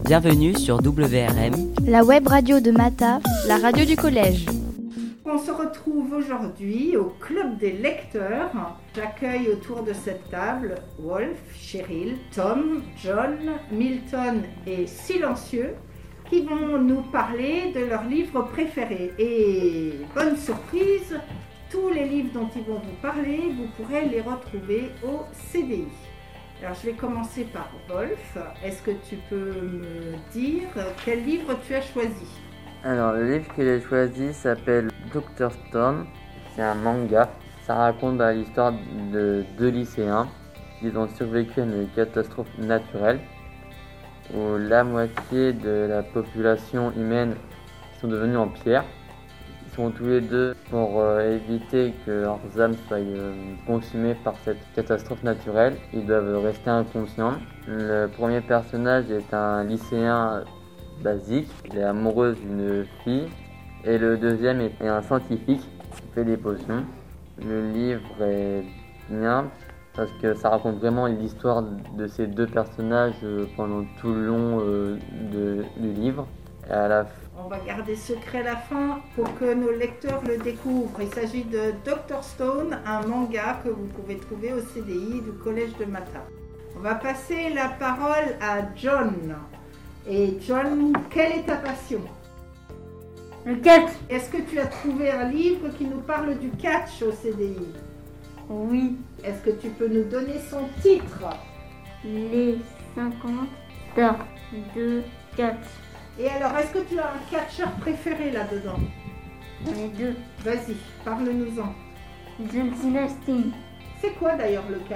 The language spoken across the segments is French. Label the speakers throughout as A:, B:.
A: Bienvenue sur WRM,
B: la web radio de Mata, la radio du collège.
C: On se retrouve aujourd'hui au Club des lecteurs. J'accueille autour de cette table Wolf, Cheryl, Tom, John, Milton et Silencieux qui vont nous parler de leurs livres préférés. Et bonne surprise, tous les livres dont ils vont vous parler, vous pourrez les retrouver au CDI. Alors je vais commencer par Wolf. Est-ce que tu peux me dire quel livre tu as choisi ?
D: Alors le livre que j'ai choisi s'appelle Dr Stone. C'est un manga. Ça raconte l'histoire de deux lycéens qui ont survécu à une catastrophe naturelle où la moitié de la population humaine sont devenus en pierre. Ils sont tous les deux pour éviter que leurs âmes soient consumées par cette catastrophe naturelle. Ils doivent rester inconscients. Le premier personnage est un lycéen basique. Il est amoureux d'une fille. Et le deuxième est un scientifique qui fait des potions. Le livre est bien parce que ça raconte vraiment l'histoire de ces deux personnages pendant tout le long du livre. Et à la
C: On va garder secret la fin pour que nos lecteurs le découvrent. Il s'agit de Dr Stone, un manga que vous pouvez trouver au CDI du collège de Mata. On va passer la parole à John. Et John, quelle est ta passion ?
E: Le catch.
C: Est-ce que tu as trouvé un livre qui nous parle du catch au CDI ?
E: Oui.
C: Est-ce que tu peux nous donner son titre ?
E: Les 50 heures de catch.
C: Et alors, est-ce que tu as un catcheur préféré là-dedans ?
E: Les deux.
C: Vas-y, parle-nous-en.
E: John Cena.
C: C'est quoi d'ailleurs le catch ?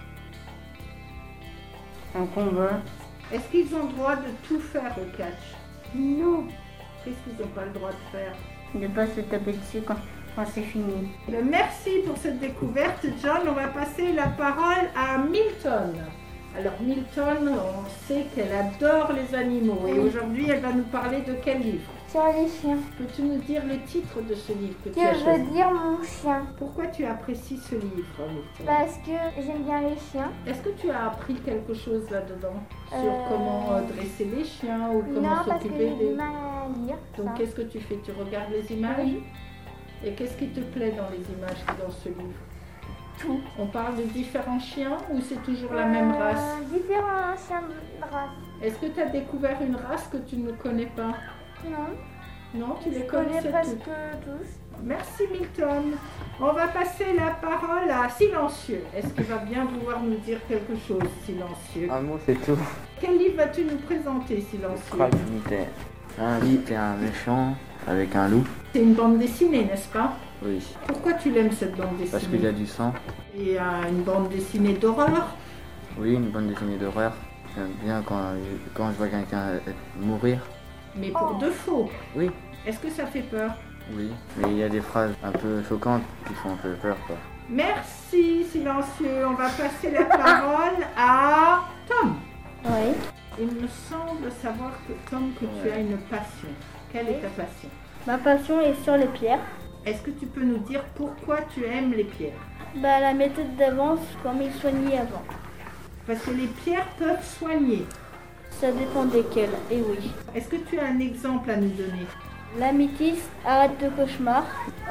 E: Un combat.
C: Est-ce qu'ils ont le droit de tout faire au catch ?
E: Non.
C: Qu'est-ce qu'ils n'ont pas le droit de faire ?
E: De pas se taper dessus quand c'est fini.
C: Merci pour cette découverte, John. On va passer la parole à Milton. Alors Milton, on sait qu'elle adore les animaux et aujourd'hui elle va nous parler de quel livre ?
F: Sur les chiens.
C: Peux-tu nous dire le titre de ce livre que tu
F: Que
C: as
F: je
C: choisi ?
F: veux dire mon chien.
C: Pourquoi tu apprécies ce livre, Milton ?
F: Parce que j'aime bien les chiens.
C: Est-ce que tu as appris quelque chose là-dedans sur comment dresser les chiens ou comment
F: Non, parce que
C: s'occuper
F: j'ai
C: des...
F: du mal à lire.
C: Donc
F: ça.
C: qu'est-ce que tu fais ? Tu regardes les images ?
F: Oui.
C: Et qu'est-ce qui te plaît dans les images dans ce livre ?
F: Tout.
C: On parle de différents chiens ou c'est toujours la même race ?
F: Différents chiens de race.
C: Est-ce que tu as découvert une race que tu ne connais pas ?
F: Non.
C: Non, tu les
F: Je connais
C: connaissais
F: presque
C: toutes.
F: tous.
C: Merci Milton. On va passer la parole à Silencieux. Est-ce qu'il va bien pouvoir nous dire quelque chose, Silencieux ?
D: un mot c'est tout.
C: Quel livre vas-tu nous présenter, Silencieux ?
D: Crack militaire. Un lit et un méchant avec un loup.
C: C'est une bande dessinée, n'est-ce pas ?
D: Oui.
C: Pourquoi tu l'aimes cette bande dessinée ?
D: Parce qu'il y a du sang.
C: Et une bande dessinée d'horreur ?
D: Oui, une bande dessinée d'horreur. J'aime bien quand je vois quelqu'un mourir.
C: Mais pour de faux.
D: Oui.
C: Est-ce que ça fait peur ?
D: Oui. Mais il y a des phrases un peu choquantes qui font un peu peur, quoi.
C: Merci, Silencieux. On va passer la parole à Tom.
F: Oui.
C: Il me semble savoir que Tom, que tu as une passion. Quelle est ta passion ?
F: Ma passion est sur les pierres.
C: Est-ce que tu peux nous dire pourquoi tu aimes les pierres ?
F: La méthode d'avance, comme ils soignaient avant.
C: Parce que les pierres peuvent soigner.
F: Ça dépend desquelles, et oui.
C: Est-ce que tu as un exemple à nous donner ?
F: L'améthyste arrête le cauchemar,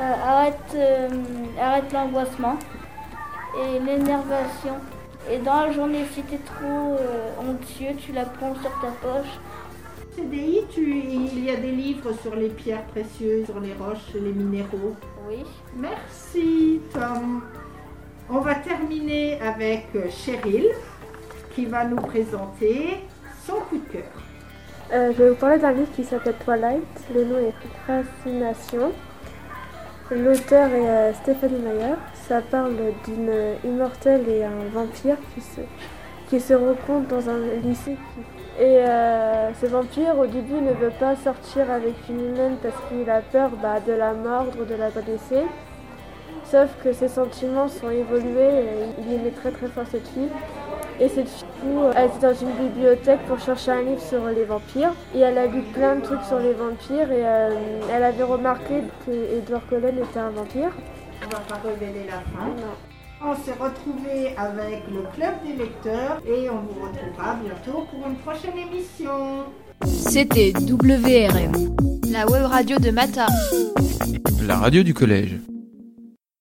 F: arrête l'angoissement et l'énervation. Et dans la journée, si tu es trop anxieux, tu la prends sur ta poche.
C: CDI, il y a des livres sur les pierres précieuses, sur les roches et les minéraux.
F: Oui.
C: Merci Tom. On va terminer avec Cheryl qui va nous présenter son coup de cœur.
G: Je vais vous parler d'un livre qui s'appelle Twilight. Le nom est Fascination. L'auteur est Stephanie Meyer. Ça parle d'une immortelle et un vampire qui se rencontrent dans un lycée. Et ce vampire, au début, ne veut pas sortir avec une humaine parce qu'il a peur de la mordre, de la blesser. Sauf que ses sentiments sont évolués et il aimait très très fort cette fille. Et cette fille, elle était dans une bibliothèque pour chercher un livre sur les vampires. Et elle a lu plein de trucs sur les vampires et elle avait remarqué que Edward Cullen était un vampire.
C: On va pas révéler la fin.
G: Non.
C: On s'est retrouvés avec le Club des lecteurs et on vous retrouvera bientôt pour une prochaine émission.
B: C'était WRM, la web radio de Mata.
H: La radio du collège.